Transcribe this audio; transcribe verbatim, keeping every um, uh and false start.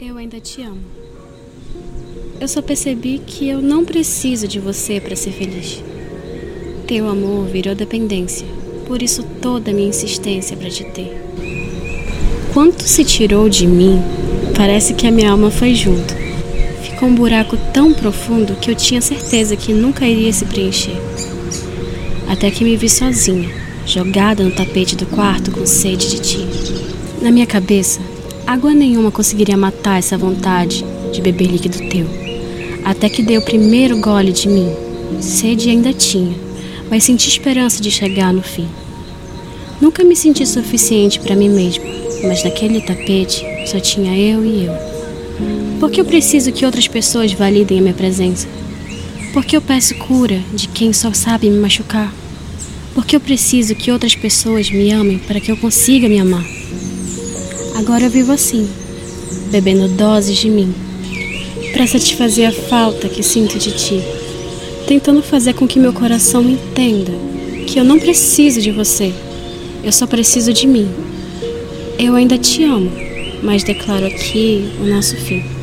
Eu ainda te amo. Eu só percebi que eu não preciso de você para ser feliz. Teu amor virou dependência, por isso toda a minha insistência para te ter. Quanto se tirou de mim, parece que a minha alma foi junto. Ficou um buraco tão profundo que eu tinha certeza que nunca iria se preencher. Até que me vi sozinha, jogada no tapete do quarto com sede de ti. Na minha cabeça, água nenhuma conseguiria matar essa vontade de beber líquido teu. Até que dei o primeiro gole de mim. Sede ainda tinha, mas senti esperança de chegar no fim. Nunca me senti suficiente para mim mesma, mas naquele tapete só tinha eu e eu. Por que eu preciso que outras pessoas validem a minha presença? Por que eu peço cura de quem só sabe me machucar? Por que eu preciso que outras pessoas me amem para que eu consiga me amar? Agora eu vivo assim, bebendo doses de mim, para satisfazer a falta que sinto de ti, tentando fazer com que meu coração entenda que eu não preciso de você, eu só preciso de mim. Eu ainda te amo, mas declaro aqui o nosso fim.